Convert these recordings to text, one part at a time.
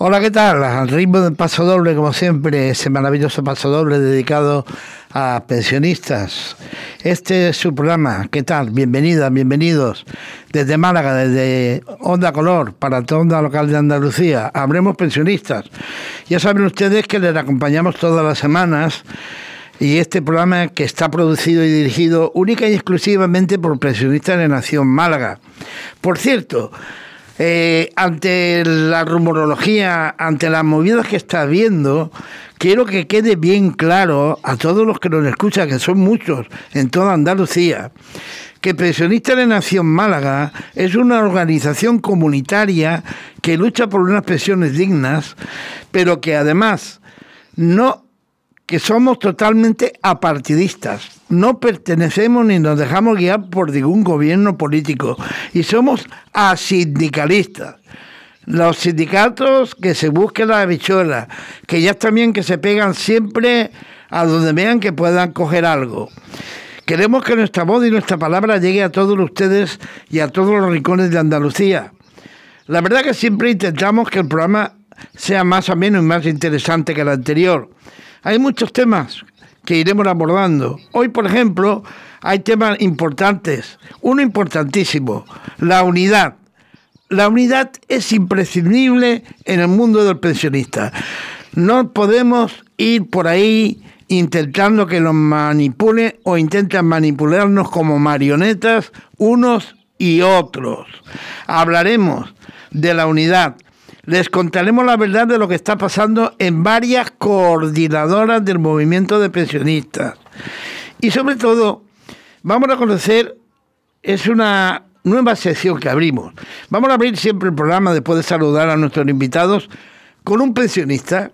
Hola, ¿qué tal? Al ritmo del paso doble, como siempre, ese maravilloso paso doble dedicado a pensionistas. Este es su programa. ¿Qué tal? Bienvenidas, bienvenidos. Desde Málaga, desde Onda Color, para toda Onda Local de Andalucía. Habremos pensionistas. Ya saben ustedes que les acompañamos todas las semanas. Y este programa que está producido y dirigido única y exclusivamente por pensionistas de Nación Málaga. Por cierto, ante la rumorología, ante las movidas que está habiendo, quiero que quede bien claro a todos los que nos escuchan, que son muchos en toda Andalucía, que Pensionistas de Nación Málaga es una organización comunitaria que lucha por unas pensiones dignas, pero que además que somos totalmente apartidistas, no pertenecemos ni nos dejamos guiar por ningún gobierno político y somos asindicalistas. Los sindicatos que se busquen la habichuela, que ya está bien que se pegan siempre a donde vean que puedan coger algo. Queremos que nuestra voz y nuestra palabra llegue a todos ustedes y a todos los rincones de Andalucía. La verdad que siempre intentamos que el programa sea más ameno y más interesante que el anterior. Hay muchos temas que iremos abordando. Hoy, por ejemplo, hay temas importantes. Uno importantísimo, la unidad. La unidad es imprescindible en el mundo del pensionista. No podemos ir por ahí intentando que nos manipulen o intentan manipularnos como marionetas unos y otros. Hablaremos de la unidad. Les contaremos la verdad de lo que está pasando en varias coordinadoras del movimiento de pensionistas. Y sobre todo, vamos a conocer, es una nueva sección que abrimos. Vamos a abrir siempre el programa después de saludar a nuestros invitados con un pensionista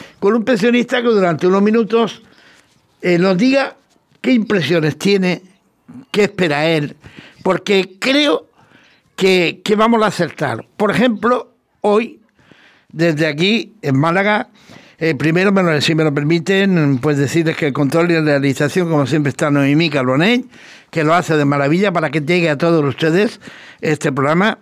que durante unos minutos nos diga qué impresiones tiene, qué espera él, porque creo que vamos a acertar. Por ejemplo, hoy, desde aquí, en Málaga, primero, si me lo permiten, pues decirles que el control y la realización, como siempre, está Noemí Carbonell, que lo hace de maravilla para que llegue a todos ustedes este programa.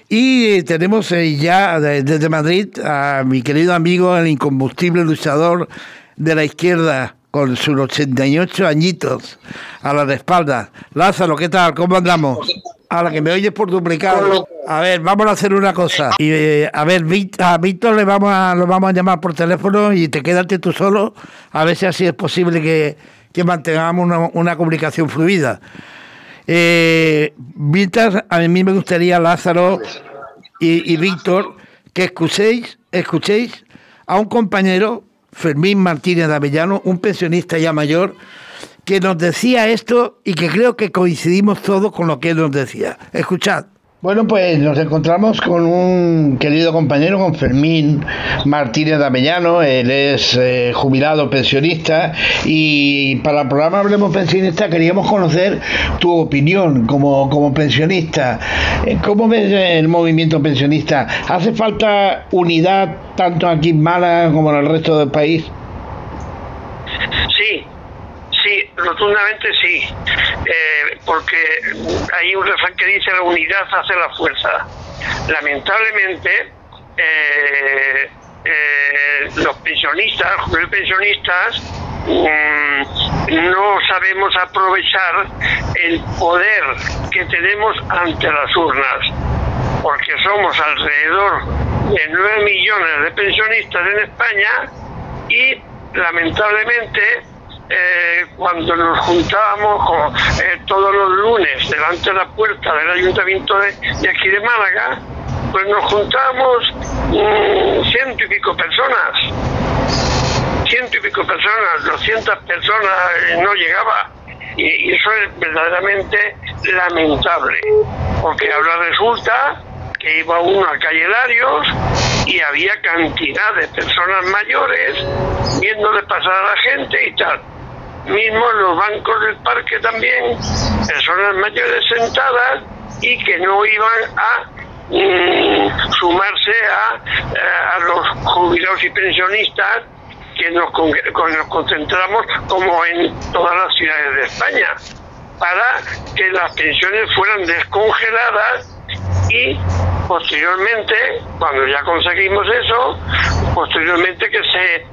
Y tenemos ya desde Madrid a mi querido amigo, el incombustible luchador de la izquierda, con sus 88 añitos a la espalda. Lázaro, ¿qué tal? ¿Cómo andamos? Ahora que me oyes por duplicado. A ver, vamos a hacer una cosa. Y a ver, a Víctor lo vamos a llamar por teléfono y te quédate tú solo, a ver si así es posible que mantengamos una comunicación fluida. Víctor, a mí me gustaría, Lázaro y Víctor, que escuchéis a un compañero, Fermín Martínez de Avellano, un pensionista ya mayor, que nos decía esto y que creo que coincidimos todos con lo que él nos decía. Escuchad. Bueno, pues nos encontramos con un querido compañero, con Fermín Martínez de Avellano. Él es jubilado pensionista y para el programa Hablemos Pensionista queríamos conocer tu opinión como pensionista. ¿Cómo ves el movimiento pensionista? ¿Hace falta unidad tanto aquí en Málaga como en el resto del país? Sí, rotundamente sí, porque hay un refrán que dice la unidad hace la fuerza. Lamentablemente, los pensionistas, los pensionistas, no sabemos aprovechar el poder que tenemos ante las urnas, porque somos alrededor de 9 millones de pensionistas en España y lamentablemente cuando nos juntábamos todos los lunes delante de la puerta del ayuntamiento de aquí de Málaga, pues nos juntábamos 100 y pico personas, 200 personas no llegaba, y eso es verdaderamente lamentable, porque ahora resulta que iba uno a Calle Larios y había cantidad de personas mayores viéndole pasar a la gente y tal. Mismo en los bancos del parque también, personas mayores sentadas y que no iban a sumarse a los jubilados y pensionistas que nos concentramos como en todas las ciudades de España, para que las pensiones fueran descongeladas y posteriormente, cuando ya conseguimos eso, posteriormente que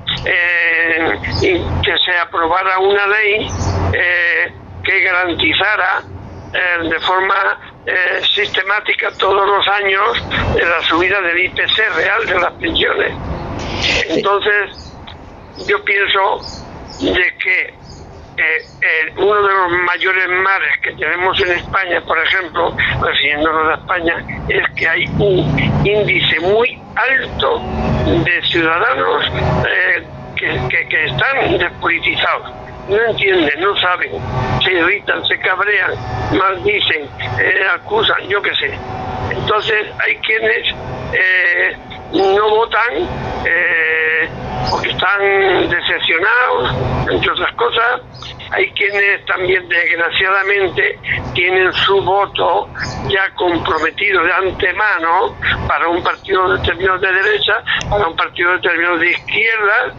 se aprobara una ley que garantizara de forma sistemática todos los años la subida del IPC real de las pensiones. Entonces, yo pienso de que uno de los mayores males que tenemos en España, por ejemplo, refiriéndonos a España, es que hay un índice muy alto de ciudadanos que están despolitizados. No entienden, no saben, se irritan, se cabrean, maldicen, acusan, yo qué sé. Entonces hay quienes no votan porque están decepcionados, entre otras cosas. Hay quienes también, desgraciadamente, tienen su voto ya comprometido de antemano para un partido determinado de derecha, para un partido determinado de izquierda,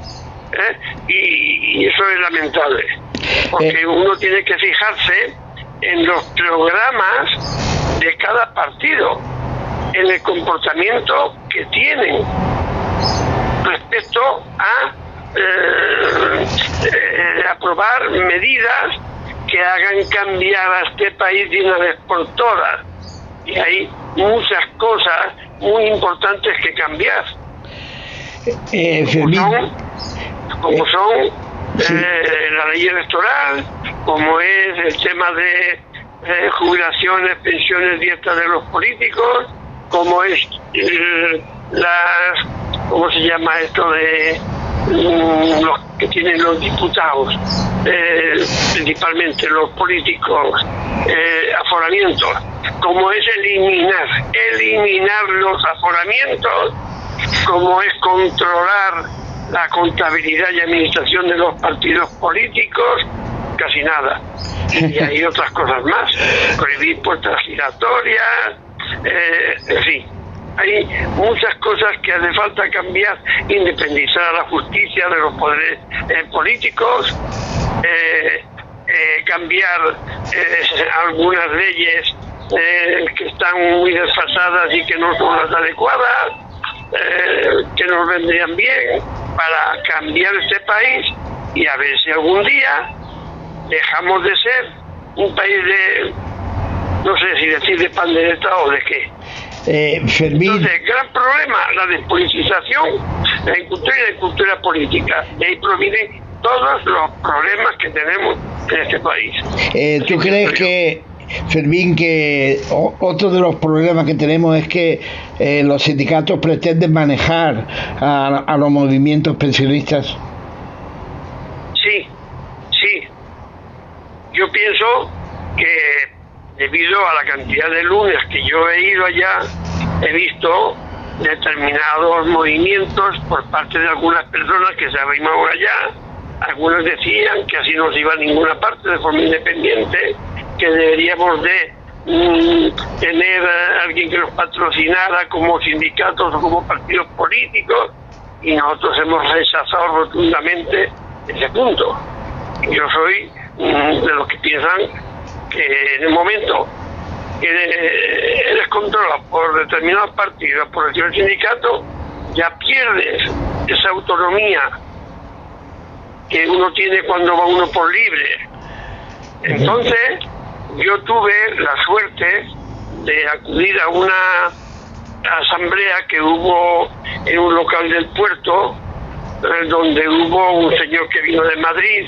y eso es lamentable, porque uno tiene que fijarse en los programas de cada partido, en el comportamiento que tienen respecto a aprobar medidas que hagan cambiar a este país de una vez por todas. Y hay muchas cosas muy importantes que cambiar. Como son sí, la ley electoral, como es el tema de jubilaciones, pensiones, dietas de los políticos, como es ¿cómo se llama esto de los que tienen los diputados, principalmente los políticos, aforamientos, como es eliminar los aforamientos, como es controlar la contabilidad y administración de los partidos políticos, casi nada. Y hay otras cosas más, prohibir puertas giratorias, en fin. Hay muchas cosas que hace falta cambiar, independizar a la justicia de los poderes políticos, cambiar algunas leyes que están muy desfasadas y que no son las adecuadas, que nos vendrían bien para cambiar este país y a ver si algún día dejamos de ser un país de, no sé si decir de pandereta o de qué. Fermín. Entonces, gran problema, la despolitización, la incultura y la cultura política. De ahí provienen todos los problemas que tenemos en este país. ¿Tú crees que, Fermín, que otro de los problemas que tenemos es que los sindicatos pretenden manejar a los movimientos pensionistas? Sí. Yo pienso que debido a la cantidad de lunes que yo he ido allá, he visto determinados movimientos por parte de algunas personas que se arrimaron allá. Algunos decían que así no se iba a ninguna parte de forma independiente, que deberíamos de tener a alguien que nos patrocinara como sindicatos o como partidos políticos, y nosotros hemos rechazado rotundamente ese punto. Yo soy de los que piensan que en el momento que eres controlado por determinados partidos, por el sindicato, ya pierdes esa autonomía que uno tiene cuando va uno por libre. Entonces, yo tuve la suerte de acudir a una asamblea que hubo en un local del puerto, donde hubo un señor que vino de Madrid,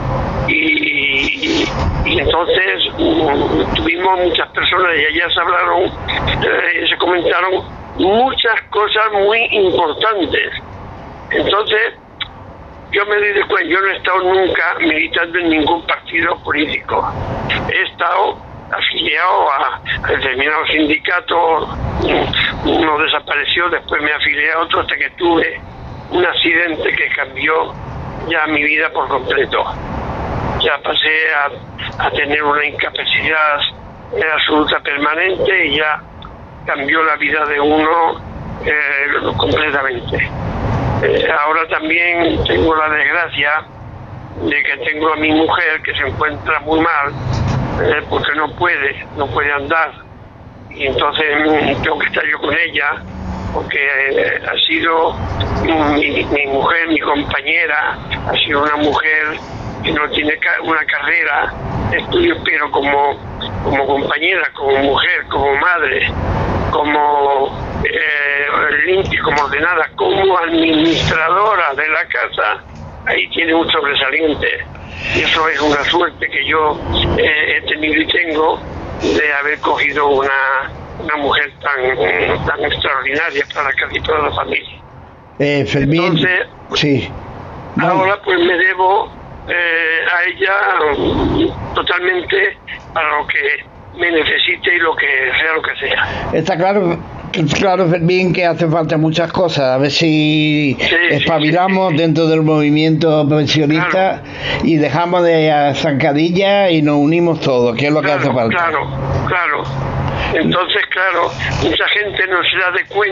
y entonces tuvimos muchas personas y allá se hablaron, se comentaron muchas cosas muy importantes. Entonces yo me di cuenta, yo no he estado nunca militando en ningún partido político. He estado afiliado a determinados sindicatos, uno desapareció, después me afilié a otro hasta que tuve un accidente que cambió ya mi vida por completo. Ya pasé a tener una incapacidad absoluta permanente y ya cambió la vida de uno completamente. Ahora también tengo la desgracia de que tengo a mi mujer que se encuentra muy mal, porque no puede andar, y entonces tengo que estar yo con ella, porque ha sido mi mujer, mi compañera, ha sido una mujer que no tiene una carrera de estudios, pero como compañera, como mujer, como madre, como limpia, como ordenada, como administradora de la casa, ahí tiene un sobresaliente. Y eso es una suerte que yo he tenido y tengo de haber cogido una mujer tan extraordinaria para casi toda la familia. Fermín, entonces, sí. Ahora pues me debo a ella totalmente para lo que me necesite y lo que sea. Está claro, Fermín, que hace falta muchas cosas. A ver si espabilamos dentro del movimiento pensionista y dejamos de zancadilla y nos unimos todos, que es lo que hace falta. Claro. Entonces, mucha gente no se da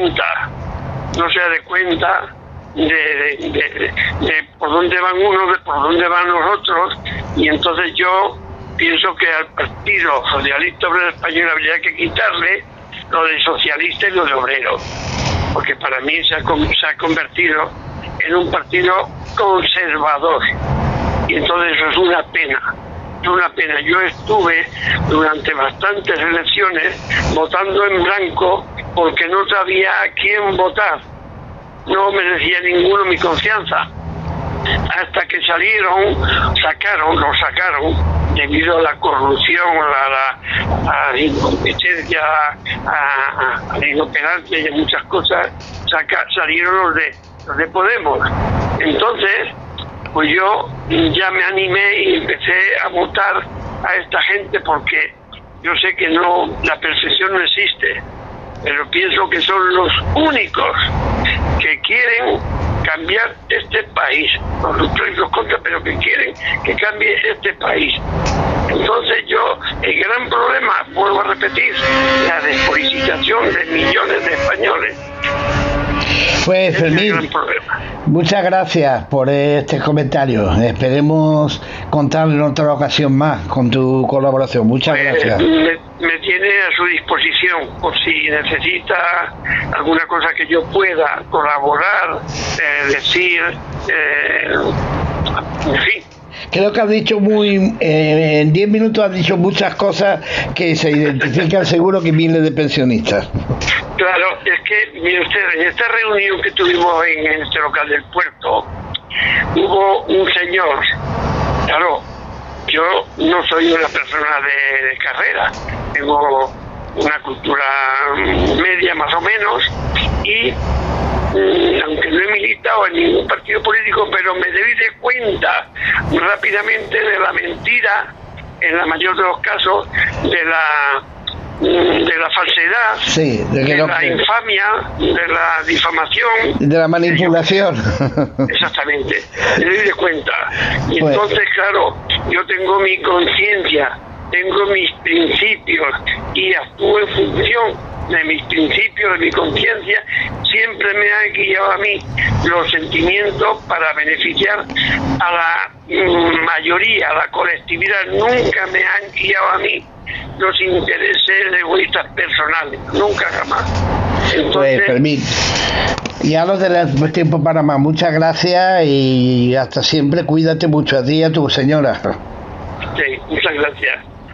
de cuenta de por dónde van unos, de por dónde van los otros, y entonces yo pienso que al Partido Socialista Obrero Español habría que quitarle lo de socialista y lo de obrero, porque para mí se ha convertido en un partido conservador, y entonces eso es una pena. Yo estuve durante bastantes elecciones votando en blanco porque no sabía a quién votar, no merecía ninguno mi confianza, hasta que lo sacaron debido a la corrupción, a la incompetencia, a la inoperancia y a muchas cosas. Salieron los de Podemos. Entonces, pues yo ya me animé y empecé a votar a esta gente, porque yo sé que la perfección no existe, pero pienso que son los únicos que quieren cambiar este país, los pros y los contras, pero que quieren que cambie este país. Entonces el gran problema, vuelvo a repetir, la despolitización de millones de españoles. Pues Fermín, muchas gracias por este comentario. Esperemos contar en otra ocasión más con tu colaboración. Muchas gracias. Me tiene a su disposición por si necesita alguna cosa que yo pueda colaborar, decir, en fin. Creo que has dicho en 10 minutos has dicho muchas cosas que se identifican seguro que miles de pensionistas. Claro, es que, mire usted, en esta reunión que tuvimos en este local del puerto, hubo un señor, claro, yo no soy una persona de carrera, tengo una cultura media más o menos, y aunque no he militado en ningún partido político, pero me debí de cuenta rápidamente de la mentira, en la mayor de los casos, de la falsedad, de la infamia, de la difamación, de la manipulación. Exactamente, me doy de cuenta. Y entonces, claro, yo tengo mi conciencia, tengo mis principios y actúo en función de mis principios, de mi conciencia. Siempre me han guiado a mí los sentimientos para beneficiar a la mayoría, a la colectividad. Nunca me han guiado a mí los intereses egoístas personales, nunca jamás. Entonces, Fermín, ya no tenemos tiempo para más. Muchas gracias y hasta siempre. Cuídate mucho a ti y a tu señora. Sí, muchas gracias.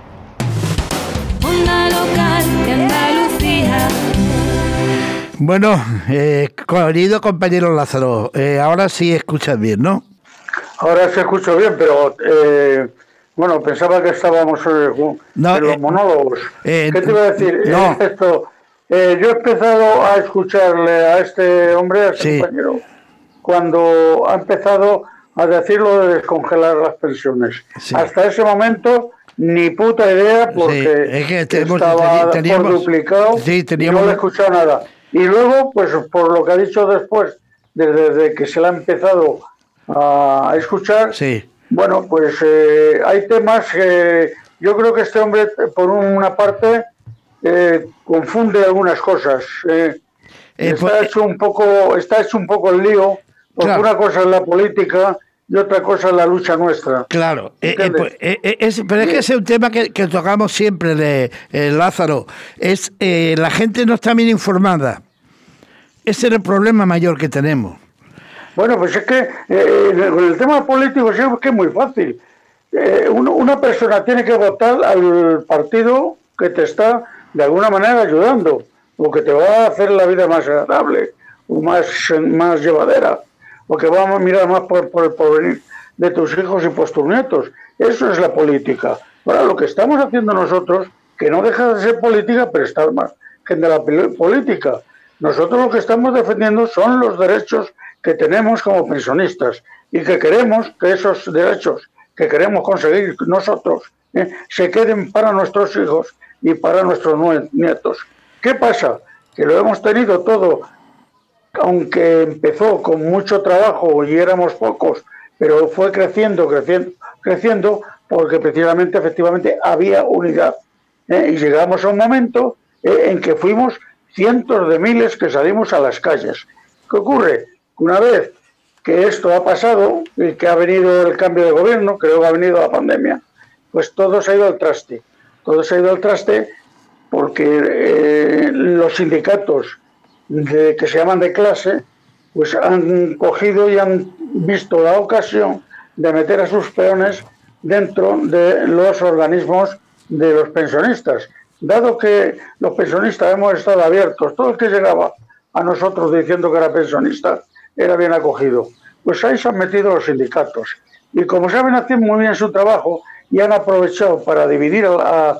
Onda local de Andalucía. Bueno, querido compañero Lázaro, ahora sí escuchas bien, ¿no? Ahora se escucha bien, pero bueno, pensaba que estábamos en los monólogos. ¿Qué te iba a decir? No. Yo he empezado a escucharle a este hombre, a este compañero, cuando ha empezado a decir lo de descongelar las pensiones. Sí. Hasta ese momento ni puta idea, porque es que estaba por duplicado y no le he escuchado nada. Y luego, pues por lo que ha dicho después, desde que se le ha empezado a escuchar, bueno, pues hay temas que yo creo que este hombre, por una parte, confunde algunas cosas. Está hecho un poco el lío, porque una cosa es la política y otra cosa es la lucha nuestra. Claro, pero es que ese es un tema que tocamos siempre, Lázaro. La gente no está bien informada. Ese es el problema mayor que tenemos. Bueno, pues es que con el tema político sí, es que es muy fácil. Una persona tiene que votar al partido que te está de alguna manera ayudando, o que te va a hacer la vida más agradable, o más llevadera, o que va a mirar más por el porvenir de tus hijos y por tus nietos. Eso es la política. Ahora, lo que estamos haciendo nosotros, que no deja de ser política, pero está al margen de la política. Nosotros lo que estamos defendiendo son los derechos que tenemos como pensionistas y que queremos que esos derechos que queremos conseguir nosotros se queden para nuestros hijos y para nuestros nietos. ¿Qué pasa? Que lo hemos tenido todo, aunque empezó con mucho trabajo y éramos pocos, pero fue creciendo, porque precisamente, efectivamente, había unidad. Y llegamos a un momento en que fuimos cientos de miles que salimos a las calles. ¿Qué ocurre? Una vez que esto ha pasado y que ha venido el cambio de gobierno, creo que ha venido la pandemia, pues todo se ha ido al traste. Todo se ha ido al traste porque los sindicatos que se llaman de clase, pues han cogido y han visto la ocasión de meter a sus peones dentro de los organismos de los pensionistas. Dado que los pensionistas hemos estado abiertos, todo el que llegaba a nosotros diciendo que era pensionista era bien acogido, pues ahí se han metido los sindicatos. Y como saben hacer muy bien su trabajo y han aprovechado para dividir a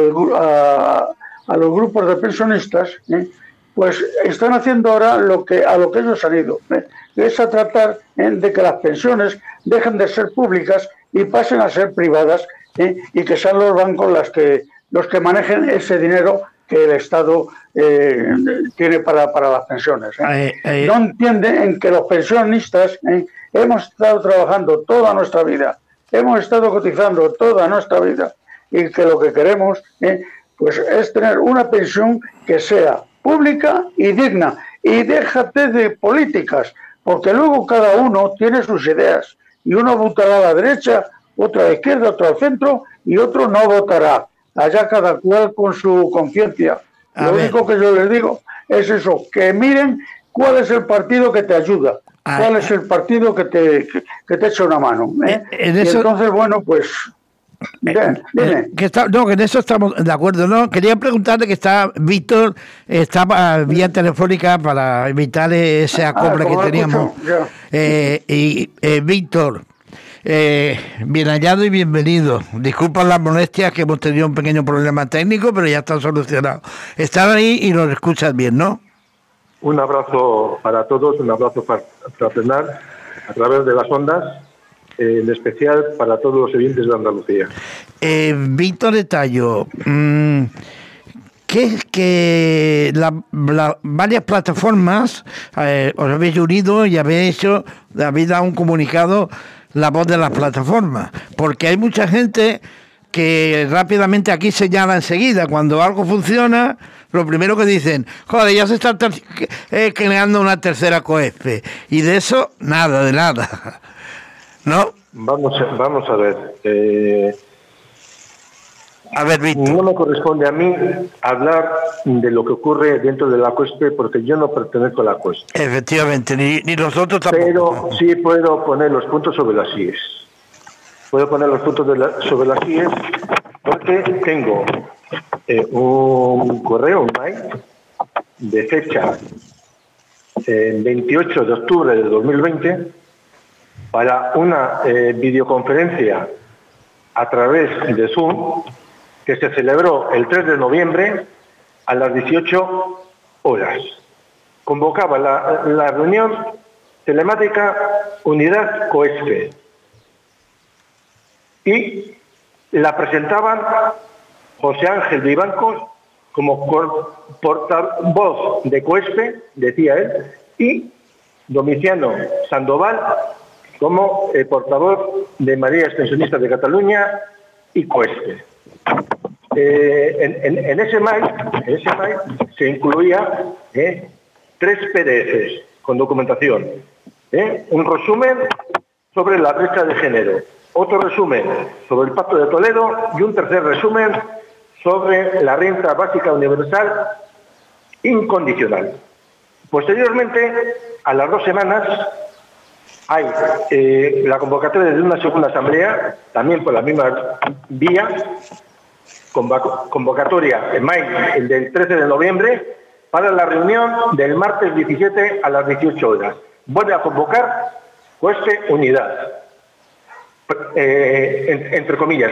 los grupos de pensionistas, pues están haciendo ahora a lo que ellos han ido, es a tratar de que las pensiones dejen de ser públicas y pasen a ser privadas, y que sean los bancos los que manejen ese dinero que el Estado tiene para las pensiones. No entienden en que los pensionistas hemos estado trabajando toda nuestra vida, hemos estado cotizando toda nuestra vida, y que lo que queremos pues es tener una pensión que sea pública y digna. Y déjate de políticas, porque luego cada uno tiene sus ideas, y uno votará a la derecha, otro a la izquierda, otro al centro, y otro no votará. Allá cada cual con su conciencia. Lo único que yo les digo es eso, que miren cuál es el partido que te ayuda, cuál es el partido que te echa una mano. Y entonces, bueno, pues... Dime. Que en eso estamos de acuerdo, ¿no? Quería preguntarle que Víctor está vía telefónica para evitar ese acople que teníamos. Víctor, bien hallado y bienvenido. Disculpan las molestias, que hemos tenido un pequeño problema técnico, pero ya está solucionado. Están ahí y nos escuchas bien, ¿no? Un abrazo para todos, un abrazo fraternal a través de las ondas, en especial para todos los oyentes de Andalucía. Víctor de Tallo, que varias plataformas os habéis unido y habéis dado un comunicado, la voz de las plataformas, porque hay mucha gente que rápidamente aquí señala enseguida cuando algo funciona. Lo primero que dicen, joder, ya se está creando una tercera COESPE, y de eso nada, de nada. ¿No? Vamos a ver. A ver, Víctor. No me corresponde a mí hablar de lo que ocurre dentro de la COESPE, porque yo no pertenezco a la COESPE. Efectivamente, ni nosotros tampoco. Pero sí puedo poner los puntos sobre las IES. Puedo poner los puntos sobre las IES porque tengo un correo, un mail, de fecha 28 de octubre del 2020, para una videoconferencia a través de Zoom que se celebró el 3 de noviembre a las 18 horas. Convocaba la reunión telemática Unidad COESPE y la presentaban José Ángel Vivancos como portavoz de COESPE, decía él, y Domiciano Sandoval como portavoz de Marías Pensionistas de Cataluña y COESPE. En ese mail se incluía 3 PDFs con documentación, un resumen sobre la brecha de género, otro resumen sobre el Pacto de Toledo y un tercer resumen sobre la renta básica universal incondicional. Posteriormente, a las 2 semanas, hay la convocatoria de una segunda asamblea, también por la misma vía, convocatoria en mayo, el del 13 de noviembre, para la reunión del martes 17 a las 18 horas. Vuelve a convocar COESPE Unidad. Entre comillas,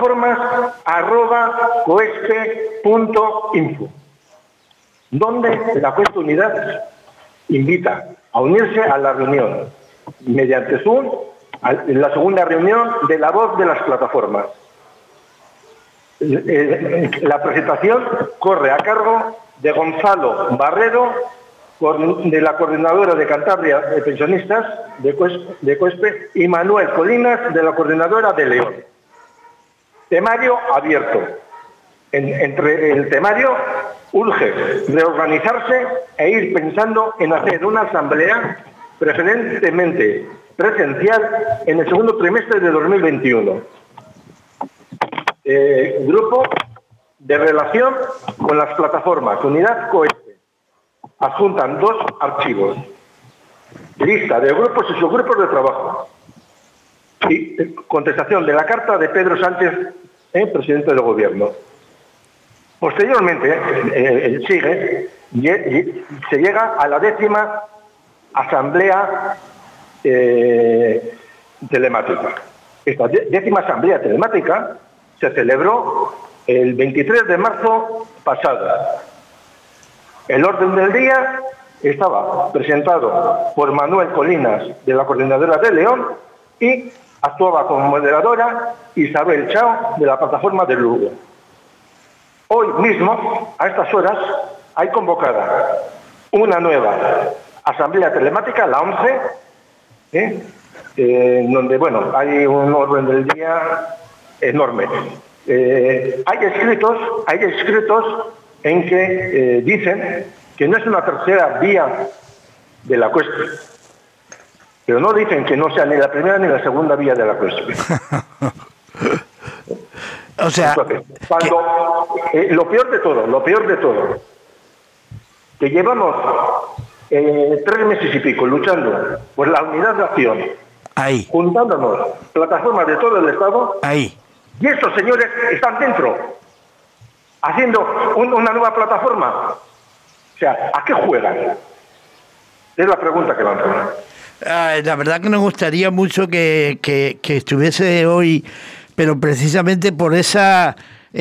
plataformas@coespe.info, donde la COESPE Unidad invita a unirse a la reunión mediante Zoom, en la segunda reunión de la voz de las plataformas. La presentación corre a cargo de Gonzalo Barredo, de la Coordinadora de Cantabria de Pensionistas de COESPE, y Manuel Colinas, de la Coordinadora de León. Temario abierto. Entre el temario urge reorganizarse e ir pensando en hacer una asamblea preferentemente presencial en el segundo trimestre de 2021. Grupo de relación con las plataformas Unidad COESPE. Adjuntan 2 archivos. Lista de grupos y subgrupos de trabajo. Y contestación de la carta de Pedro Sánchez, presidente del Gobierno. Posteriormente, se llega a la 10ª asamblea telemática. Esta 10ª asamblea telemática se celebró el 23 de marzo pasado. El orden del día estaba presentado por Manuel Colinas, de la Coordinadora de León, y actuaba como moderadora Isabel Chao, de la plataforma de Lugo. Hoy mismo, a estas horas, hay convocada una nueva asamblea telemática, la 11, donde, bueno, hay un orden del día enorme. Hay escritos en que dicen que no es una tercera vía de la COESPE, pero no dicen que no sea ni la primera ni la segunda vía de la COESPE. O sea, entonces, cuando lo peor de todo, que llevamos 3 meses y pico luchando por la unidad de acción, ahí, juntándonos plataformas de todo el Estado, ahí, y estos señores están dentro, haciendo una nueva plataforma. O sea, ¿a qué juegan? Es la pregunta que lanzo. La verdad que nos gustaría mucho que estuviese hoy, pero precisamente por esa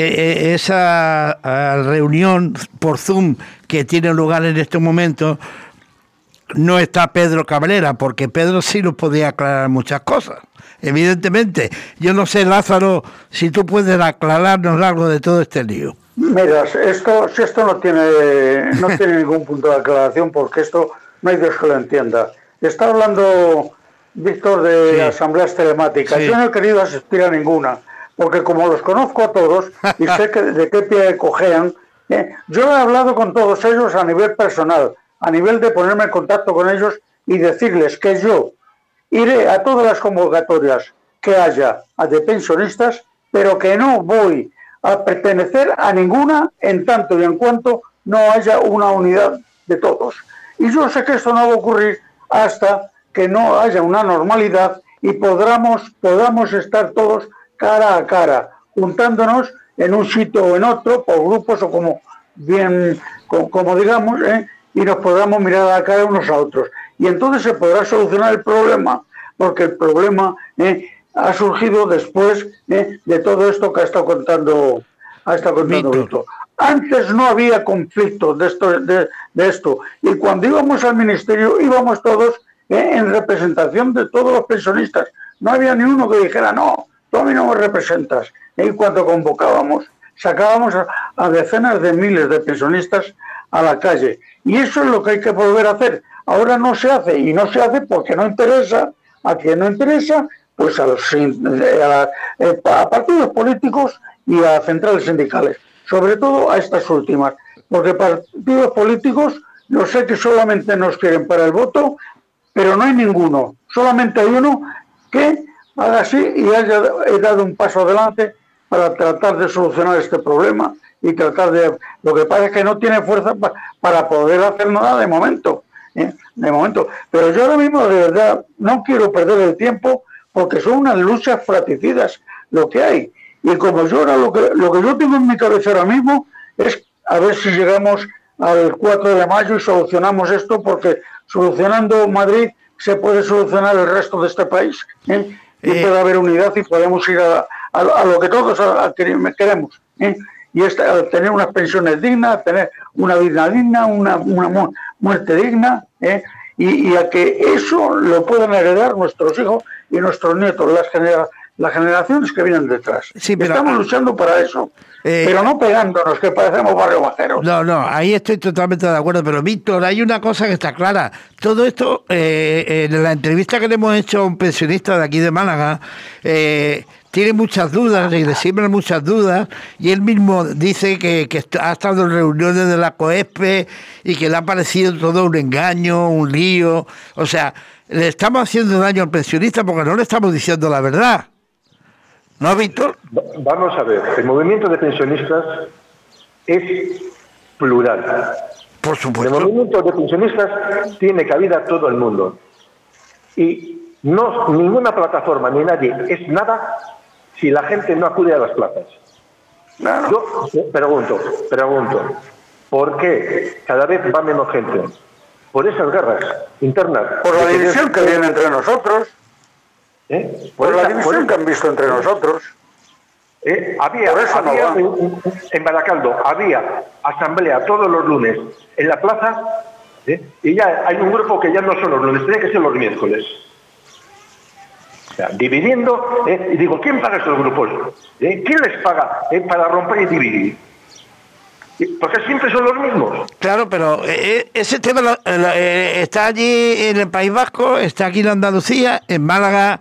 reunión por Zoom que tiene lugar en estos momentos, no está Pedro Cabrera, porque Pedro sí nos podía aclarar muchas cosas, evidentemente. Yo no sé, Lázaro, si tú puedes aclararnos algo de todo este lío. Mira, esto no tiene ningún punto de aclaración, porque esto no hay Dios que lo entienda. Está hablando Víctor de asambleas telemáticas. Sí. Yo no he querido asistir a ninguna, porque como los conozco a todos y sé de qué pie cojean, yo he hablado con todos ellos a nivel personal, a nivel de ponerme en contacto con ellos y decirles que yo iré a todas las convocatorias que haya de pensionistas, pero que no voy a pertenecer a ninguna en tanto y en cuanto no haya una unidad de todos. Y yo sé que esto no va a ocurrir hasta que no haya una normalidad y podamos estar todos cara a cara, juntándonos en un sitio o en otro, por grupos o como digamos, y nos podamos mirar a la cara unos a otros. Y entonces se podrá solucionar el problema, porque el problema ha surgido después de todo esto que ha estado contando Víctor. Antes no había conflictos de esto. Y cuando íbamos al ministerio, íbamos todos en representación de todos los pensionistas. No había ni uno que dijera, no, tú a mí no me representas. Y cuando convocábamos, sacábamos a decenas de miles de pensionistas a la calle. Y eso es lo que hay que volver a hacer. Ahora no se hace, y no se hace porque no interesa. A quien no interesa, pues a partidos políticos y a centrales sindicales. Sobre todo a estas últimas, porque partidos políticos, yo sé que solamente nos quieren para el voto, pero no hay ninguno, solamente hay uno que haga así y he dado un paso adelante para tratar de solucionar este problema y tratar de... Lo que pasa es que no tiene fuerza para poder hacer nada de momento, de momento. Pero yo ahora mismo, de verdad, no quiero perder el tiempo porque son unas luchas fratricidas lo que hay. Y como yo ahora lo que yo tengo en mi cabeza ahora mismo es a ver si llegamos al 4 de mayo y solucionamos esto, porque solucionando Madrid se puede solucionar el resto de este país, y puede haber unidad y podemos ir a lo que todos queremos, y es tener unas pensiones dignas, tener una vida digna, una muerte digna, y a que eso lo puedan heredar nuestros hijos y nuestros nietos, las generaciones que vienen detrás. Sí, pero estamos luchando para eso, pero no pegándonos, que parecemos barrio bajeros. No, ahí estoy totalmente de acuerdo, pero Víctor, hay una cosa que está clara. Todo esto, en la entrevista que le hemos hecho a un pensionista de aquí de Málaga, tiene muchas dudas y le siembran muchas dudas, y él mismo dice que ha estado en reuniones de la COESPE y que le ha parecido todo un engaño, un lío. O sea, le estamos haciendo daño al pensionista porque no le estamos diciendo la verdad. ¿No, Víctor? Vamos a ver, el movimiento de pensionistas es plural. Por supuesto. El movimiento de pensionistas tiene cabida a todo el mundo. Y no, ninguna plataforma ni nadie es nada si la gente no acude a las plazas. Yo pregunto, ¿por qué cada vez va menos gente? Por esas guerras internas. Por la división que viene entre nosotros. Por la división que han visto entre nosotros. Había en Baracaldo, había asamblea todos los lunes en la plaza, y ya hay un grupo que ya no son los lunes, tiene que ser los miércoles. O sea, dividiendo, y digo, ¿quién paga estos grupos? ¿Quién les paga para romper y dividir? Porque siempre son los mismos. Claro, pero ese tema está allí en el País Vasco, está aquí en Andalucía, en Málaga.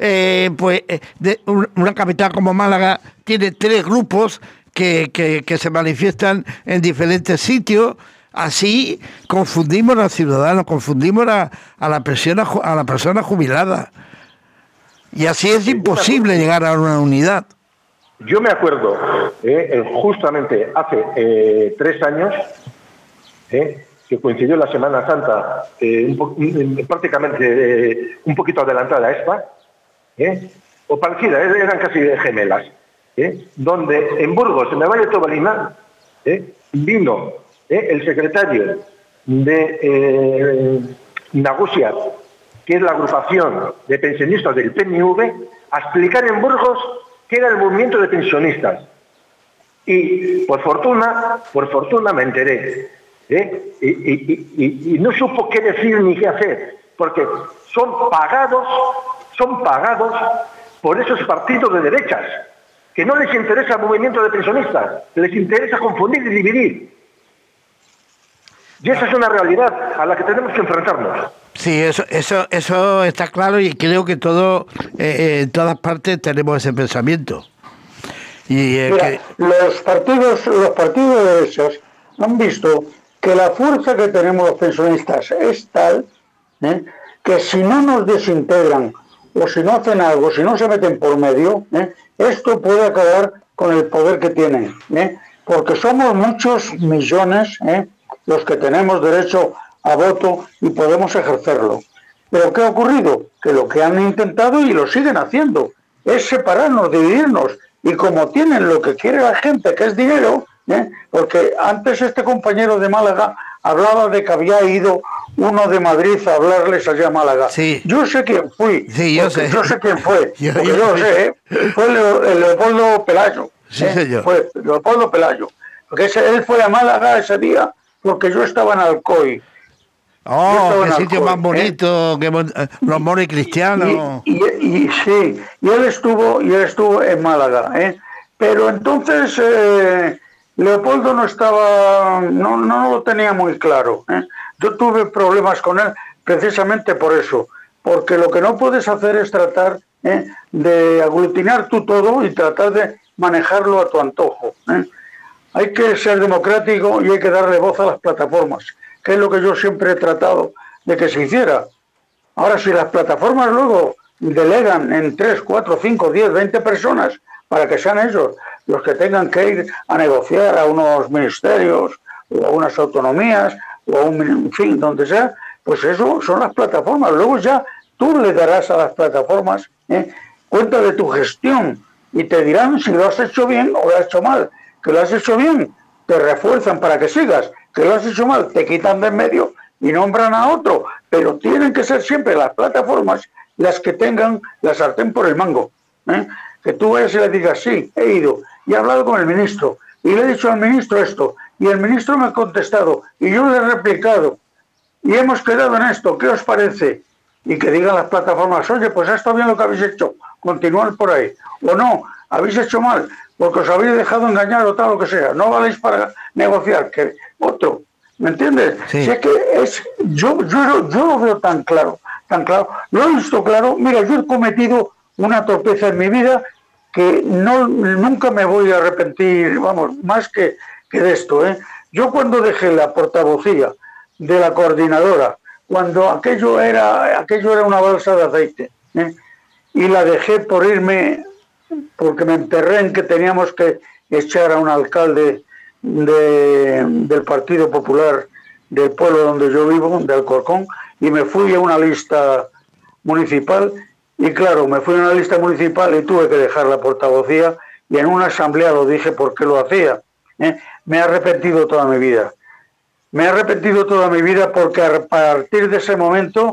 Una capital como Málaga tiene 3 grupos que se manifiestan en diferentes sitios. Así confundimos a los ciudadanos, confundimos a la persona jubilada, y así es imposible llegar a una unidad. Yo me acuerdo, justamente hace 3 años, que coincidió la Semana Santa, prácticamente un poquito adelantada a esta, o parecida, eran casi gemelas, donde en Burgos, en el Valle de Tobalina, vino el secretario de Nagusia, que es la agrupación de pensionistas del PNV, a explicar en Burgos qué era el movimiento de pensionistas. Y por fortuna me enteré, y no supo qué decir ni qué hacer, porque son pagados por esos partidos de derechas, que no les interesa el movimiento de pensionistas, les interesa confundir y dividir. Y esa es una realidad a la que tenemos que enfrentarnos. Sí, eso está claro, y creo que en todas partes tenemos ese pensamiento. Mira, los partidos de derechas han visto que la fuerza que tenemos los pensionistas es tal, que si no nos desintegran o si no hacen algo, si no se meten por medio, esto puede acabar con el poder que tienen, porque somos muchos millones los que tenemos derecho a voto y podemos ejercerlo. Pero ¿qué ha ocurrido? Que lo que han intentado y lo siguen haciendo es separarnos, dividirnos, y como tienen lo que quiere la gente, que es dinero, porque antes este compañero de Málaga hablaba de que había ido uno de Madrid a hablarles allá a Málaga. Sí. Yo sé quién fui. Sí, yo sé quién fue. Yo lo sé, fue Leopoldo Pelayo. Sí, señor. Fue Leopoldo Pelayo. Porque él fue a Málaga ese día porque yo estaba en Alcoy. Oh, qué sitio más bonito, que los moros cristianos. Y él estuvo en Málaga, pero entonces Leopoldo no lo tenía muy claro. Yo tuve problemas con él precisamente por eso, porque lo que no puedes hacer es tratar de aglutinar tú todo y tratar de manejarlo a tu antojo. Hay que ser democrático y hay que darle voz a las plataformas, que es lo que yo siempre he tratado de que se hiciera. Ahora, si las plataformas luego delegan en 3, 4, 5, 10, 20 personas para que sean ellos los que tengan que ir a negociar a unos ministerios o a unas autonomías o a en fin, donde sea, pues eso son las plataformas. Luego ya tú le darás a las plataformas cuenta de tu gestión y te dirán si lo has hecho bien o lo has hecho mal. Que lo has hecho bien, te refuerzan para que sigas. Que lo has hecho mal, te quitan de en medio y nombran a otro. Pero tienen que ser siempre las plataformas las que tengan la sartén por el mango. Que tú vayas y le digas, sí, he ido y he hablado con el ministro y le he dicho al ministro esto y el ministro me ha contestado y yo le he replicado y hemos quedado en esto, ¿qué os parece? Y que digan las plataformas, oye, pues está bien lo que habéis hecho, continuad por ahí. O no, habéis hecho mal, porque os habéis dejado engañar o tal, lo que sea. No valéis para negociar, que otro. ¿Me entiendes? Sí. Si es que es, yo lo veo tan claro. Lo he visto claro. Mira, yo he cometido una torpeza en mi vida que nunca me voy a arrepentir, vamos, más que de esto. Yo cuando dejé la portavocía de la coordinadora, cuando aquello era una balsa de aceite, y la dejé por irme, porque me emperré en que teníamos que echar a un alcalde del Partido Popular del pueblo donde yo vivo, de Alcorcón, y me fui a una lista municipal, y claro, me fui a una lista municipal y tuve que dejar la portavocía, y en una asamblea lo dije por qué lo hacía. Me he arrepentido toda mi vida. Me he arrepentido toda mi vida porque a partir de ese momento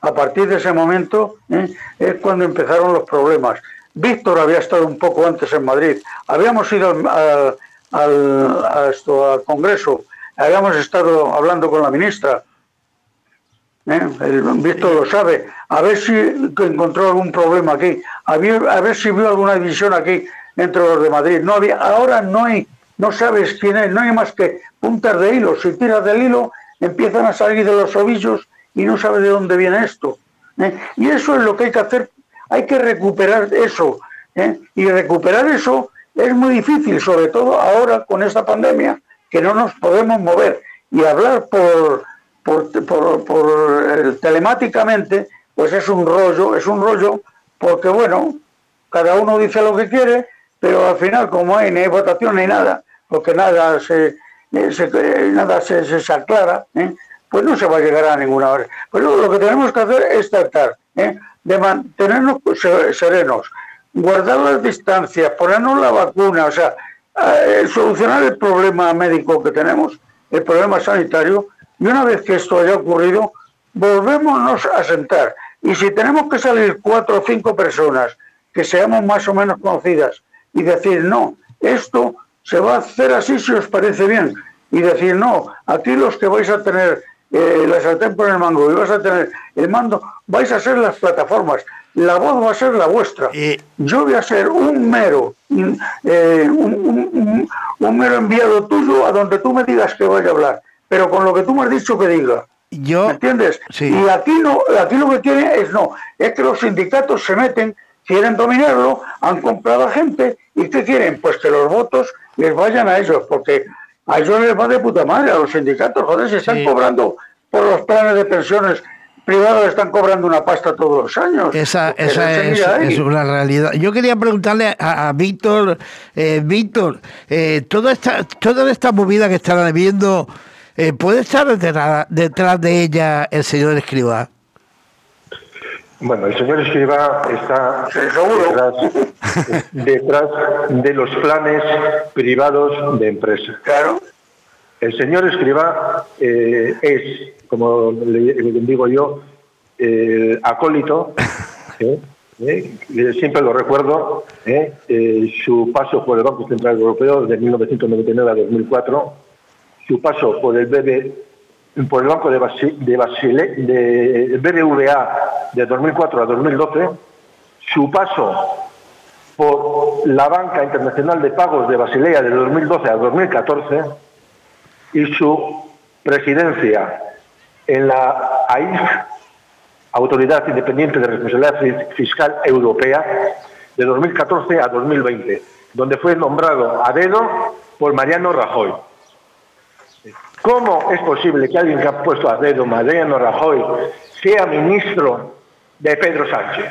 es cuando empezaron los problemas. Víctor había estado un poco antes en Madrid. Habíamos ido al Congreso, habíamos estado hablando con la ministra. Víctor lo sabe. A ver si encontró algún problema aquí. A ver si vio alguna división aquí entre los de Madrid. No había. Ahora no hay. No sabes quién es, no hay más que puntas de hilo. Si tiras del hilo, empiezan a salir de los ovillos y no sabes de dónde viene esto. Y eso es lo que hay que hacer. Hay que recuperar eso. Y recuperar eso es muy difícil, sobre todo ahora con esta pandemia, que no nos podemos mover. Y hablar telemáticamente, pues es un rollo, porque bueno, cada uno dice lo que quiere, pero al final, como hay ni votación ni nada, porque nada se aclara, pues no se va a llegar a ninguna hora. Pero lo que tenemos que hacer es tratar de mantenernos serenos, guardar las distancias, ponernos la vacuna, o sea, solucionar el problema médico que tenemos, el problema sanitario, y una vez que esto haya ocurrido, volvémonos a sentar. Y si tenemos que salir 4 o 5 personas que seamos más o menos conocidas y decir, no, esto se va a hacer así si os parece bien, y decir, no, aquí los que vais a tener la sartén por el mango y vais a tener el mando, vais a ser las plataformas, la voz va a ser la vuestra. Yo voy a ser un mero enviado tuyo a donde tú me digas que vaya a hablar, pero con lo que tú me has dicho que diga. ¿Me entiendes? Sí. Y aquí lo que quieren es que los sindicatos se meten, quieren dominarlo, han comprado a gente, ¿y qué quieren? Pues que los votos les vayan a ellos, porque a ellos les va de puta madre, a los sindicatos, joder, se están cobrando por los planes de pensiones privados, están cobrando una pasta todos los años. Esa es una realidad. Yo quería preguntarle a Víctor, toda esta movida que están viendo, ¿puede estar detrás de ella el señor Escrivá? Bueno, el señor Escrivá está detrás de los planes privados de empresa. Claro. El señor Escrivá es, como le digo yo, acólito, siempre lo recuerdo, su paso por el Banco Central Europeo de 1999 a 2004, su paso por el Banco de BBVA de 2004 a 2012, su paso por la Banca Internacional de Pagos de Basilea de 2012 a 2014 y su presidencia en la AIF, Autoridad Independiente de Responsabilidad Fiscal Europea, de 2014 a 2020, donde fue nombrado a dedo por Mariano Rajoy. ¿Cómo es posible que alguien que ha puesto a dedo Mariano Rajoy sea ministro de Pedro Sánchez.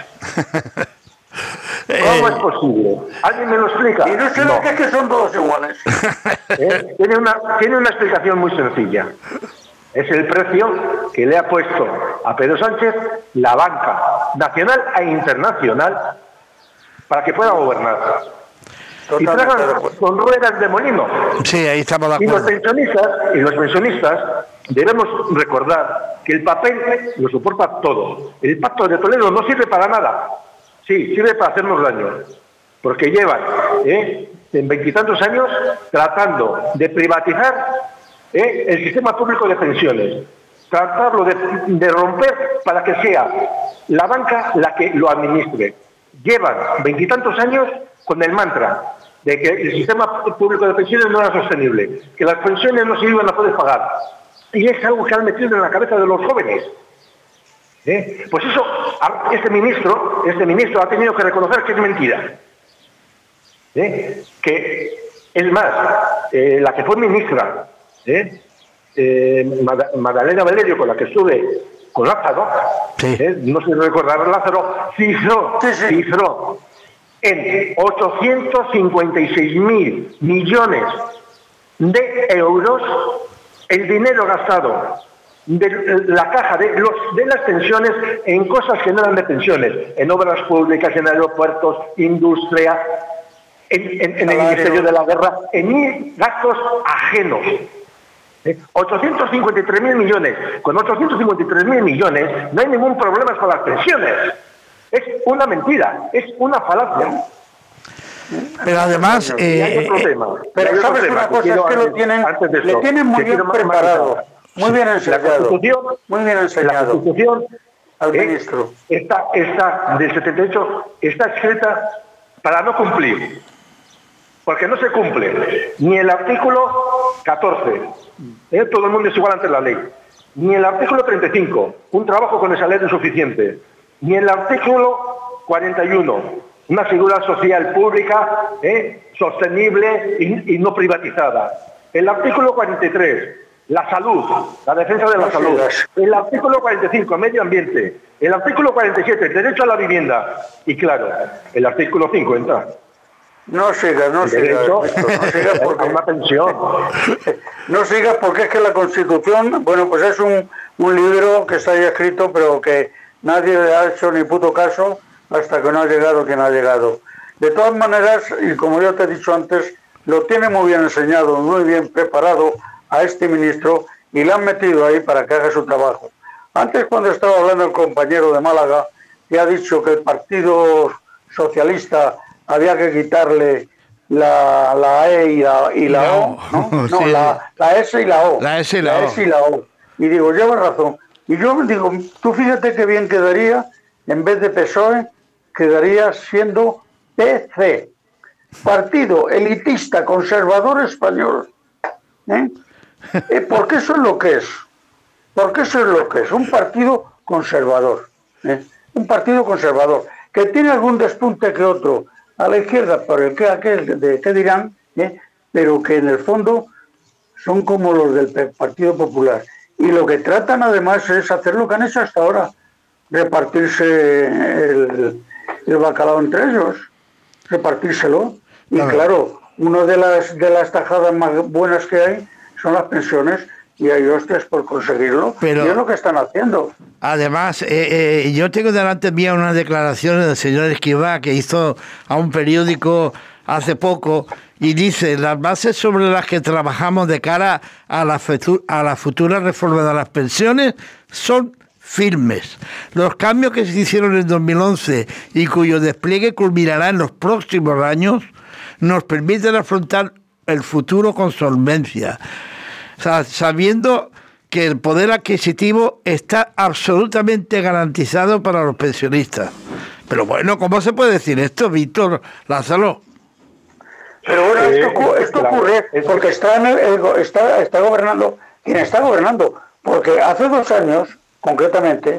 ¿Cómo es posible? ¿Alguien me lo explica? Y no sé lo que es que son todos iguales. Tiene una explicación muy sencilla. Es el precio que le ha puesto a Pedro Sánchez la banca nacional e internacional para que pueda gobernar. Y tragan con ruedas de molino. Sí, ahí estamos de acuerdo. Y los pensionistas debemos recordar que el papel lo soporta todo. El Pacto de Toledo no sirve para nada. Sí, sirve para hacernos daño. Porque llevan en 20 y tantos años tratando de privatizar el sistema público de pensiones. Tratarlo de romper para que sea la banca la que lo administre. Llevan 20 y tantos años con el mantra de que el sistema público de pensiones no era sostenible, que las pensiones no se iban a poder pagar. Y es algo que han metido en la cabeza de los jóvenes. Pues eso, este ministro ha tenido que reconocer que es mentira. Que es más, la que fue ministra, Magdalena Valerio, con la que estuve con Lázaro, sí. No sé si recordar, Lázaro cifró en 856.000 millones de euros el dinero gastado de la caja de las pensiones en cosas que no eran de pensiones, en obras públicas, en aeropuertos, industria, en el Ministerio de la Guerra, en gastos ajenos. 853.000 millones. Con 853.000 millones no hay ningún problema con las pensiones. Es una mentira, es una falacia. Pero además... pero sabes una cosa, es que lo tienen muy bien preparado, muy bien enseñado. Muy bien enseñado. La Constitución al ministro. Esta del 78 está escrita para no cumplir. Porque no se cumple ni el artículo 14, todo el mundo es igual ante la ley, ni el artículo 35, un trabajo con el salario suficiente, ni el artículo 41, una seguridad social pública sostenible y no privatizada, el artículo 43, la salud, la defensa de la salud, el artículo 45, medio ambiente, el artículo 47, derecho a la vivienda, y claro, el artículo 50. No sigas porque una pensión. No sigas porque es que la Constitución, bueno, pues es un libro que está ahí escrito, pero que nadie le ha hecho ni puto caso hasta que no ha llegado quien ha llegado. De todas maneras, y como yo te he dicho antes, lo tiene muy bien enseñado, muy bien preparado a este ministro y le han metido ahí para que haga su trabajo. Antes, cuando estaba hablando el compañero de Málaga, que ha dicho que el Partido Socialista había que quitarle la E y la O, ¿no? No, sí. la S y la O. La S y la O. Y digo, lleva razón. Y yo digo, tú fíjate qué bien quedaría, en vez de PSOE, quedaría siendo PC. Partido elitista conservador español. Porque eso es lo que es. Porque eso es lo que es. Un partido conservador. Un partido conservador. Que tiene algún despunte que otro a la izquierda, por el que aquel de qué dirán, pero que en el fondo son como los del Partido Popular. Y lo que tratan además es hacer lo que han hecho hasta ahora, repartirse el bacalao entre ellos, repartírselo. Y claro, una de las tajadas más buenas que hay son las pensiones, y hay hostias por conseguirlo, pero, y es lo que están haciendo. Además, yo tengo delante mía unas declaraciones del señor Esquivá que hizo a un periódico hace poco, y dice: las bases sobre las que trabajamos de cara a la futura reforma de las pensiones son firmes. Los cambios que se hicieron en 2011 y cuyo despliegue culminará en los próximos años nos permiten afrontar el futuro con solvencia. O sea, sabiendo que el poder adquisitivo está absolutamente garantizado para los pensionistas. Pero bueno, ¿cómo se puede decir esto, Víctor Lázaro? Pero bueno, esto ocurre porque está gobernando quien está gobernando. Porque hace 2 años, concretamente,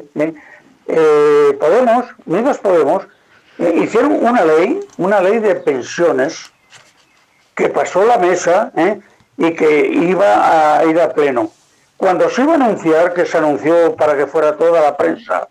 Unidos Podemos, hicieron una ley de pensiones que pasó la mesa, y que iba a ir a pleno. Cuando se iba a anunciar, que se anunció para que fuera toda la prensa,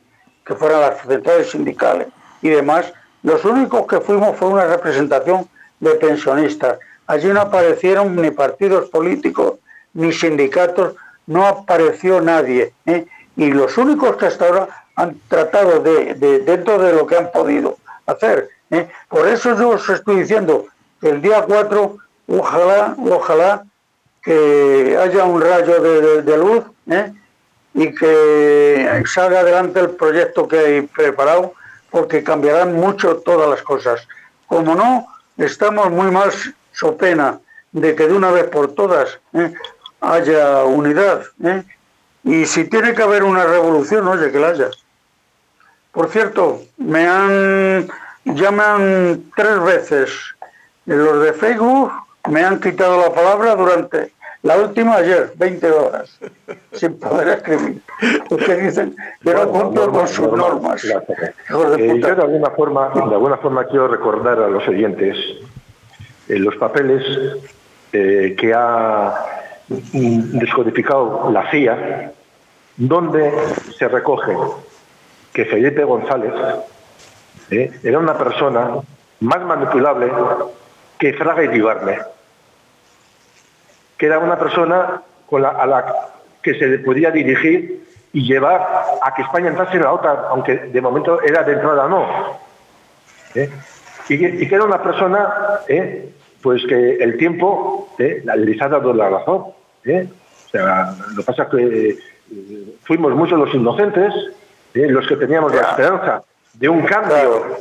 que fueran las centrales sindicales y demás, los únicos que fuimos fue una representación de pensionistas. Allí no aparecieron ni partidos políticos, ni sindicatos, no apareció nadie, ¿eh? Y los únicos que hasta ahora han tratado de dentro de lo que han podido hacer, ¿eh? Por eso yo os estoy diciendo que el día 4, ojalá que haya un rayo de luz, ¿eh? Y que salga adelante el proyecto que hay preparado, porque cambiarán mucho todas las cosas. Como no, estamos muy mal, so pena de que de una vez por todas haya unidad, y si tiene que haber una revolución, oye, que la haya. Por cierto, me llaman 3 veces los de Facebook, me han quitado la palabra durante la última ayer, 20 horas, sin poder escribir, porque dicen que no cumplo con sus normas. Yo de alguna forma quiero recordar a los oyentes los papeles que ha descodificado la CIA, donde se recoge que Felipe González era una persona más manipulable que Fraga Iribarne, que era una persona a la que se le podía dirigir y llevar a que España entrase en la OTAN, aunque de momento era de entrada no. Y que era una persona pues que el tiempo les ha dado la razón. O sea, lo que pasa es que fuimos muchos los inocentes, los que teníamos la esperanza de un cambio,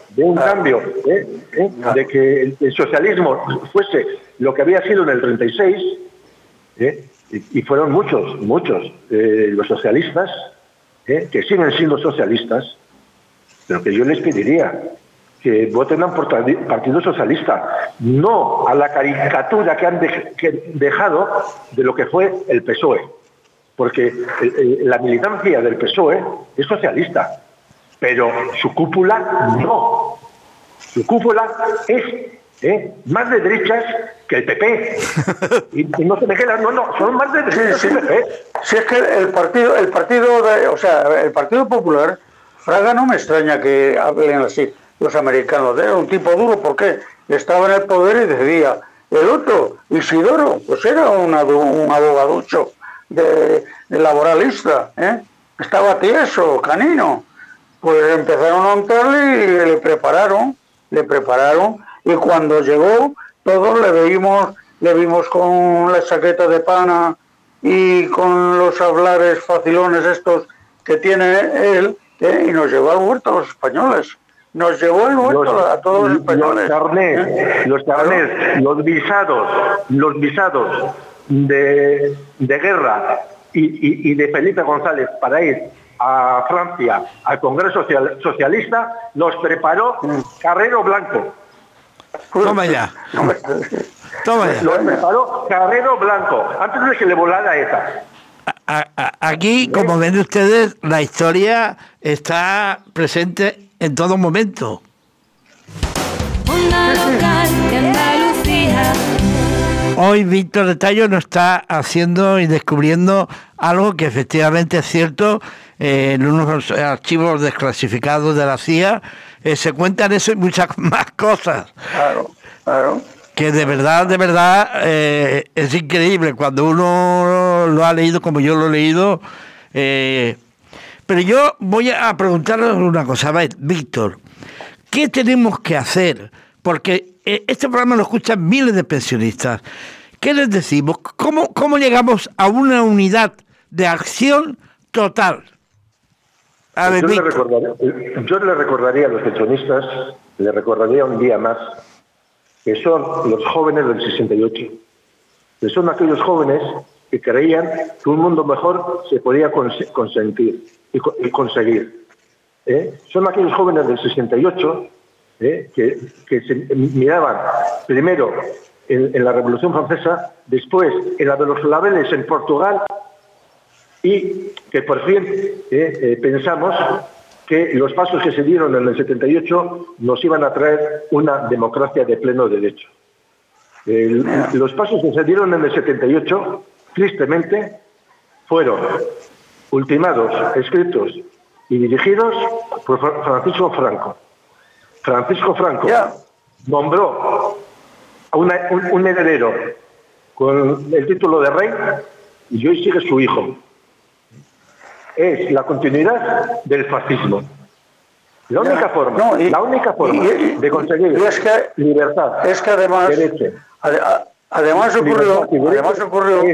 de que el socialismo fuese lo que había sido en el 36, y fueron muchos los socialistas, que siguen siendo socialistas, pero que yo les pediría que voten por Partido Socialista, no a la caricatura que han dejado de lo que fue el PSOE, porque la militancia del PSOE es socialista, pero su cúpula no. Su cúpula es más de derechas que el PP. Y no se me queda, no, son más de derechas que el PP. Si es que el Partido Popular, Fraga, no me extraña que hablen así los americanos. Era un tipo duro porque estaba en el poder y decía. El otro, Isidoro, pues era un abogaducho de laboralista, estaba tieso, canino. Pues empezaron a montarle y le prepararon, y cuando llegó, todos le vimos con la chaqueta de pana y con los hablares facilones estos que tiene él, y nos llevó al huerto a los españoles. Nos llevó el huerto a todos los españoles. Los carnets, los visados de guerra y de Felipe González para ir a Francia al Congreso Socialista, los preparó Carrero Blanco. Toma ya. Los preparó Carrero Blanco, antes de que le volara ETA. Aquí, como ven ustedes, la historia está presente en todo momento. Onda local de Andalucía. Hoy Víctor de Tallo nos está haciendo y descubriendo algo que efectivamente es cierto. En unos archivos desclasificados de la CIA se cuentan eso y muchas más cosas. Claro. Que de verdad es increíble cuando uno lo ha leído como yo lo he leído. Pero yo voy a preguntarle una cosa. A ver, Víctor, ¿qué tenemos que hacer? Porque este programa lo escuchan miles de pensionistas. ¿Qué les decimos? ¿Cómo llegamos a una unidad de acción total? A ver, yo le recordaría a los pensionistas, le recordaría un día más, que son los jóvenes del 68, que son aquellos jóvenes que creían que un mundo mejor se podía consentir y conseguir. Son aquellos jóvenes del 68 que se miraban primero en la Revolución Francesa, después en la de los claveles en Portugal, y que por fin pensamos que los pasos que se dieron en el 78 nos iban a traer una democracia de pleno derecho. Los pasos que se dieron en el 78, tristemente, fueron ultimados, escritos y dirigidos por Francisco Franco. Francisco Franco nombró a un heredero con el título de rey y hoy sigue su hijo. Es la continuidad del fascismo. La única forma de conseguir libertad, es que además, derecho, además ocurrió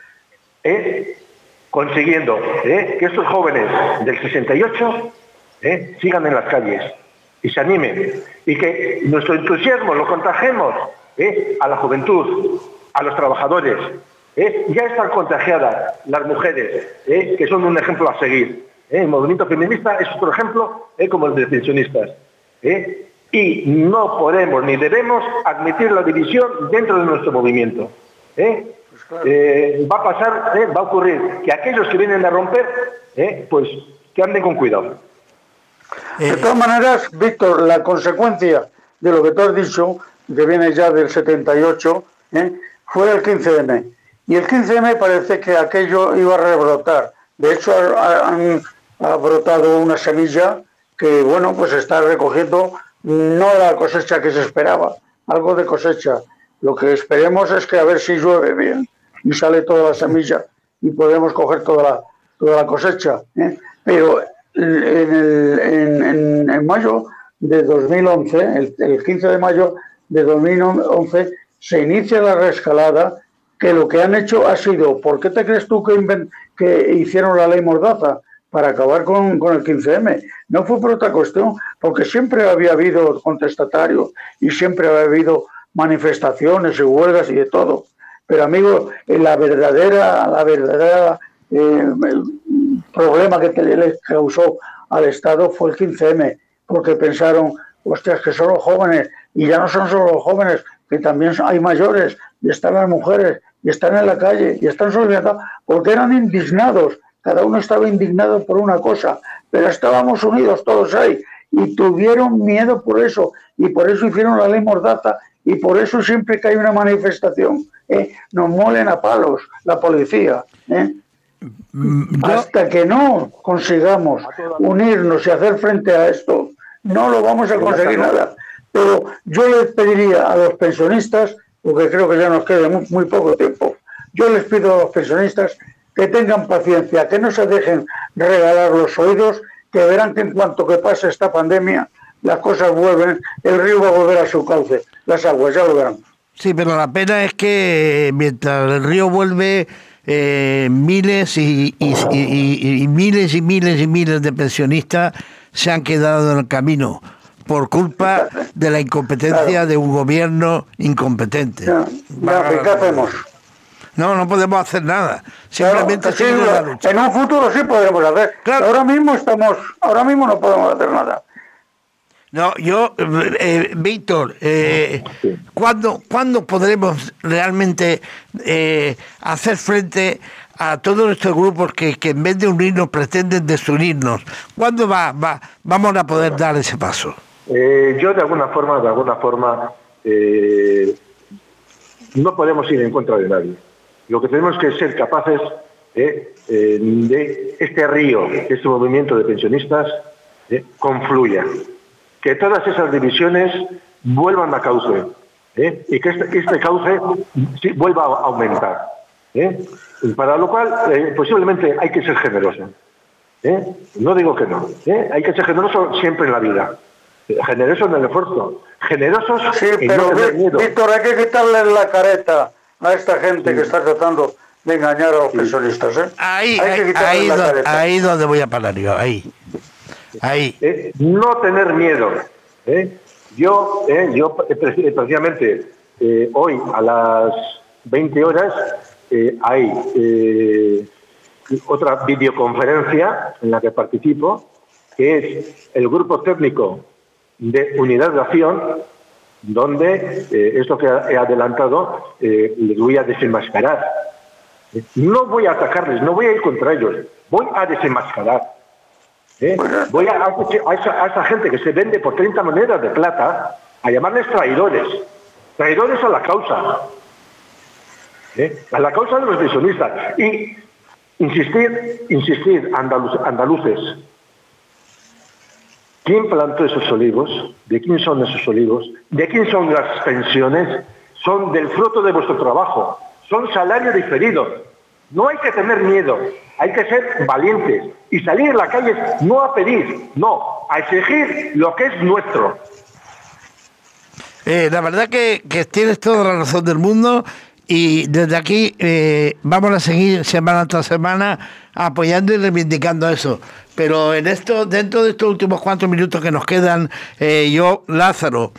consiguiendo que estos jóvenes del 68 sigan en las calles y se animen y que nuestro entusiasmo lo contagiemos a la juventud, a los trabajadores. Ya están contagiadas las mujeres, que son un ejemplo a seguir. El movimiento feminista es otro ejemplo, como el de pensionistas. Y no podemos ni debemos admitir la división dentro de nuestro movimiento. Va a pasar, va a ocurrir que aquellos que vienen a romper, pues que anden con cuidado. De todas maneras, Víctor, la consecuencia de lo que tú has dicho, que viene ya del 78, fue el 15M. Y el 15M parece que aquello iba a rebrotar. De hecho, ha brotado una semilla que, bueno, pues está recogiendo no la cosecha que se esperaba, algo de cosecha. Lo que esperemos es que a ver si llueve bien y sale toda la semilla y podemos coger toda la cosecha. Pero en mayo de 2011, el 15 de mayo de 2011, se inicia la reescalada, que lo que han hecho ha sido, ¿por qué te crees tú que hicieron la ley Mordaza? Para acabar con el 15M. No fue por otra cuestión, porque siempre había habido contestatarios y siempre había habido manifestaciones y huelgas y de todo. Pero, amigo, la verdadera problema que le causó al Estado fue el 15M, porque pensaron, hostias, que son los jóvenes, y ya no son solo los jóvenes, que también hay mayores, y están las mujeres, y están en la calle, y están solidarizados, porque eran indignados. Cada uno estaba indignado por una cosa, pero estábamos unidos todos ahí y tuvieron miedo por eso, y por eso hicieron la ley Mordaza, y por eso siempre que hay una manifestación nos molen a palos la policía. Hasta que no consigamos unirnos y hacer frente a esto, no lo vamos a conseguir nada. Pero yo les pediría a los pensionistas, porque creo que ya nos queda muy poco tiempo, yo les pido a los pensionistas que tengan paciencia, que no se dejen regalar los oídos, que verán que en cuanto que pase esta pandemia, las cosas vuelven, el río va a volver a su cauce, las aguas, ya lo verán. Sí, pero la pena es que mientras el río vuelve, miles y miles y miles y miles de pensionistas se han quedado en el camino por culpa de la incompetencia de un gobierno incompetente. ¿Qué hacemos? No podemos hacer nada. Simplemente seguir la lucha. En un futuro sí podremos hacer. Claro. Ahora mismo no podemos hacer nada. No, Víctor, ¿cuándo podremos realmente hacer frente a todos estos grupos que en vez de unirnos pretenden desunirnos? ¿Cuándo vamos a poder dar ese paso? Yo de alguna forma no podemos ir en contra de nadie. Lo que tenemos que ser capaces de este río, este movimiento de pensionistas, confluya. Que todas esas divisiones vuelvan a cauce, y que este cauce vuelva a aumentar. Para lo cual, posiblemente hay que ser generoso. No digo que no. Hay que ser generoso siempre en la vida. Generoso en el esfuerzo. Generosos en no tener miedo. Víctor, hay que quitarle la careta a esta gente que está tratando de engañar a los pensionistas. Ahí donde voy a parar yo, ahí. No tener miedo. Yo precisamente hoy a las 20 horas hay otra videoconferencia en la que participo, que es el grupo técnico de unidad de acción, donde esto que he adelantado les voy a desenmascarar. No voy a atacarles, no voy a ir contra ellos, voy a desenmascarar. Voy a esa gente que se vende por 30 monedas de plata, a llamarles traidores a la causa, a la causa de los pensionistas. Y insistir, andaluces, ¿quién plantó esos olivos? ¿De quién son esos olivos? ¿De quién son las pensiones? Son del fruto de vuestro trabajo. Son salario diferido. No hay que tener miedo, hay que ser valientes y salir a la calle no a pedir, no, a exigir lo que es nuestro. La verdad que tienes toda la razón del mundo y desde aquí vamos a seguir semana tras semana apoyando y reivindicando eso. Pero dentro de estos últimos 4 minutos que nos quedan, yo, Lázaro,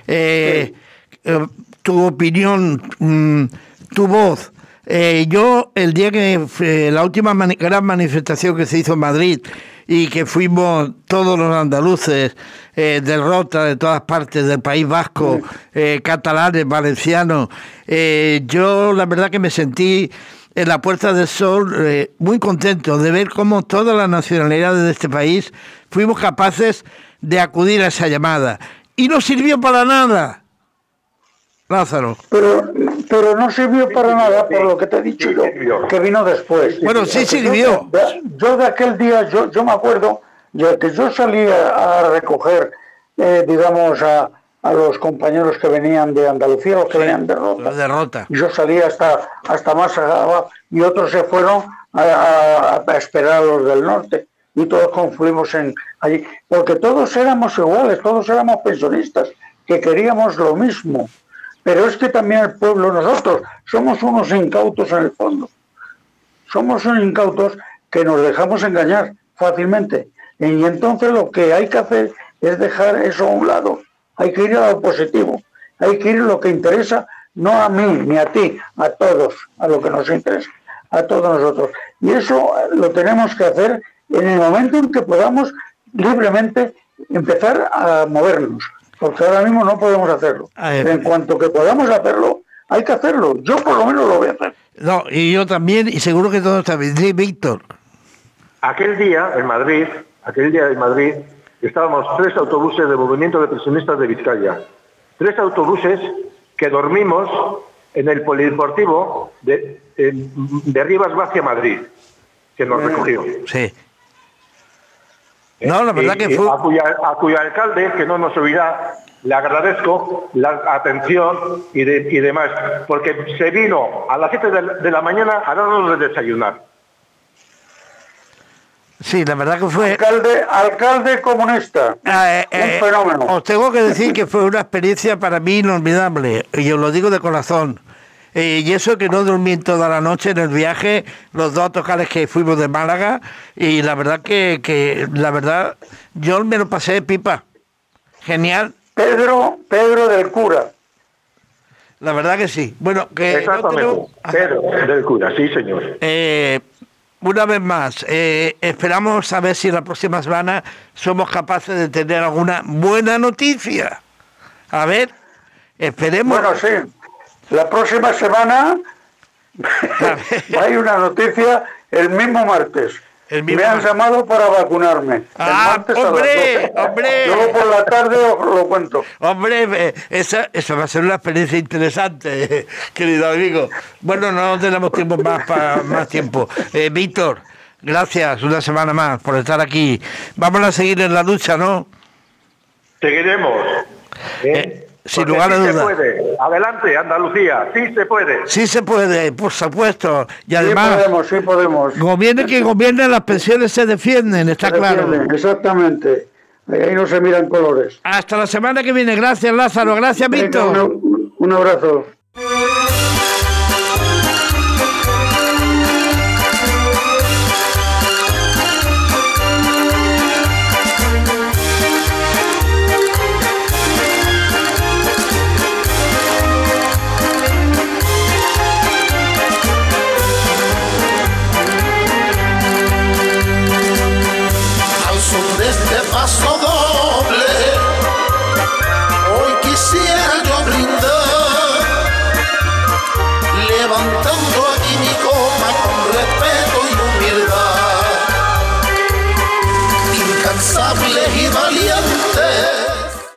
tu opinión, tu voz. Yo, el día que la última gran manifestación que se hizo en Madrid y que fuimos todos los andaluces, de Rota, de todas partes del País Vasco, catalanes, valencianos, yo la verdad que me sentí en la Puerta del Sol muy contento de ver cómo todas las nacionalidades de este país fuimos capaces de acudir a esa llamada. Y no sirvió para nada, Lázaro. Pero no sirvió para nada por lo que te he dicho yo, que vino después. Bueno, sí sirvió. Yo de aquel día, yo me acuerdo de que yo salí a recoger, digamos, a los compañeros que venían de Andalucía, los que venían de Rota. Los de Rota. Yo salí hasta más abajo y otros se fueron a esperar a los del norte. Y todos confluimos allí. Porque todos éramos iguales, todos éramos pensionistas, que queríamos lo mismo. Pero es que también el pueblo, nosotros, somos unos incautos en el fondo. Somos unos incautos que nos dejamos engañar fácilmente. Y entonces lo que hay que hacer es dejar eso a un lado. Hay que ir a lo positivo. Hay que ir a lo que interesa, no a mí ni a ti, a todos, a lo que nos interesa, a todos nosotros. Y eso lo tenemos que hacer en el momento en que podamos libremente empezar a movernos. Porque ahora mismo no podemos hacerlo. En cuanto que podamos hacerlo, hay que hacerlo. Yo por lo menos lo voy a hacer. No, y yo también, y seguro que todos también. Sí, Víctor. Aquel día en Madrid, estábamos 3 autobuses de movimiento de pensionistas de Vizcaya. 3 autobuses que dormimos en el polideportivo de Rivas hacia Madrid, que nos recogió. Sí. No, la verdad que fue... A cuyo alcalde, que no nos oirá, le agradezco la atención y demás, porque se vino a las 7 de la mañana a darnos de desayunar. Sí, la verdad que fue... Alcalde comunista, un fenómeno. Os tengo que decir que fue una experiencia para mí inolvidable, y os lo digo de corazón. Y eso que no dormí toda la noche en el viaje, los 2 autocares que fuimos de Málaga, y la verdad que la verdad, yo me lo pasé de pipa. Genial. Pedro del Cura. La verdad que sí. Bueno, que... Exactamente, Pedro del Cura, sí señor. Una vez más, esperamos a ver si la próxima semana somos capaces de tener alguna buena noticia. A ver, esperemos. Bueno, sí. La próxima semana hay una noticia el mismo martes. Me han llamado para vacunarme. El martes hombre. Luego por la tarde os lo cuento. Hombre, esa va a ser una experiencia interesante, querido amigo. Bueno, no tenemos tiempo más tiempo. Víctor, gracias una semana más por estar aquí. Vamos a seguir en la lucha, ¿no? Seguiremos. Sin lugar a dudas. Sí se puede. Adelante, Andalucía. Sí se puede. Sí se puede, por supuesto. Y además, sí podemos. Gobierne quien gobierne, las pensiones se defienden, está claro. Exactamente. Ahí no se miran colores. Hasta la semana que viene. Gracias, Lázaro. Gracias, Víctor. Un abrazo.